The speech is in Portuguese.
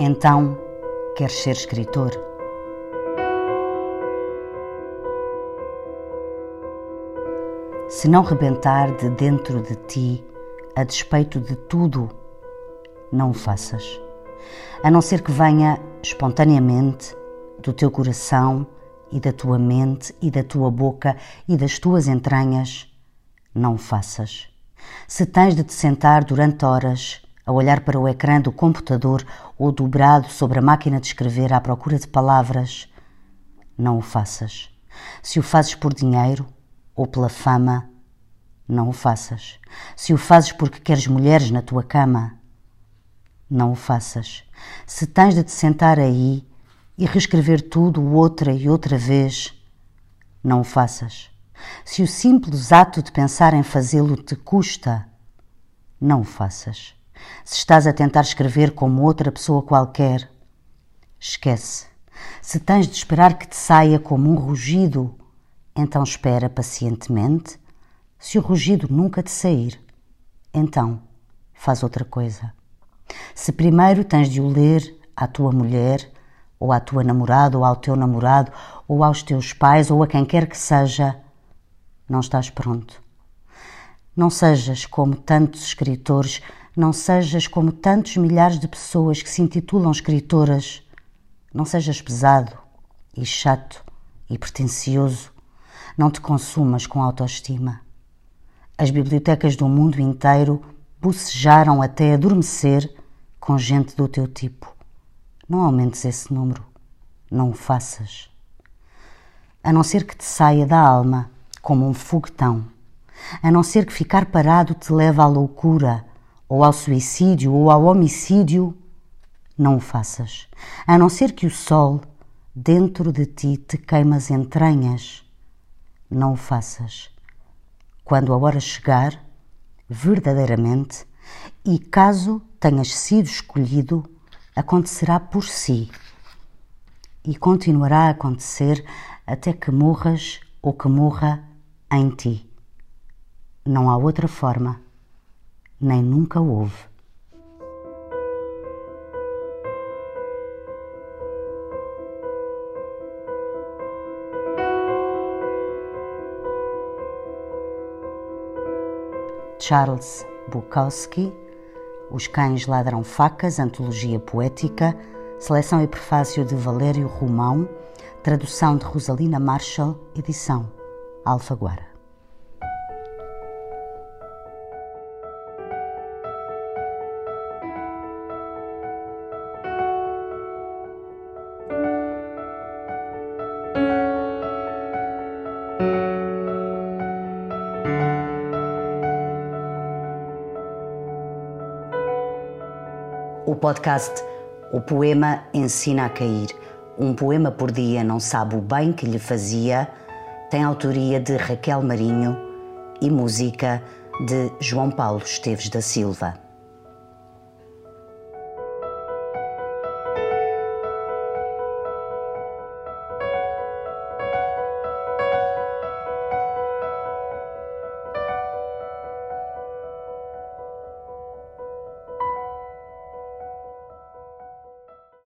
Então, queres ser escritor? Se não rebentar de dentro de ti, a despeito de tudo, não o faças. A não ser que venha espontaneamente do teu coração e da tua mente e da tua boca e das tuas entranhas, não o faças. Se tens de te sentar durante horas a olhar para o ecrã do computador ou dobrado sobre a máquina de escrever à procura de palavras, não o faças. Se o fazes por dinheiro ou pela fama, não o faças. Se o fazes porque queres mulheres na tua cama, não o faças. Se tens de te sentar aí e reescrever tudo outra e outra vez, não o faças. Se o simples ato de pensar em fazê-lo te custa, não o faças. Se estás a tentar escrever como outra pessoa qualquer, esquece. Se tens de esperar que te saia como um rugido, então espera pacientemente. Se o rugido nunca te sair, então faz outra coisa. Se primeiro tens de o ler à tua mulher, ou à tua namorada, ou ao teu namorado, ou aos teus pais, ou a quem quer que seja, não estás pronto. Não sejas como tantos escritores, não sejas como tantos milhares de pessoas que se intitulam escritoras. Não sejas pesado e chato e pretencioso. Não te consumas com autoestima. As bibliotecas do mundo inteiro bocejaram até adormecer com gente do teu tipo. Não aumentes esse número. Não o faças. A não ser que te saia da alma como um foguetão. A não ser que ficar parado te leve à loucura, ou ao suicídio, ou ao homicídio, não o faças. A não ser que o sol dentro de ti te queime as entranhas, não o faças. Quando a hora chegar, verdadeiramente, e caso tenhas sido escolhido, acontecerá por si. E continuará a acontecer até que morras ou que morra em ti. Não há outra forma, nem nunca houve. Charles Bukowski, Os Cães Ladram Facas, antologia poética, seleção e prefácio de Valério Romão, tradução de Rosalina Marshall, edição Alfaguara. O podcast O Poema Ensina a Cair. Um poema por dia não sabe o bem que lhe fazia, tem autoria de Raquel Marinho e música de João Paulo Esteves da Silva.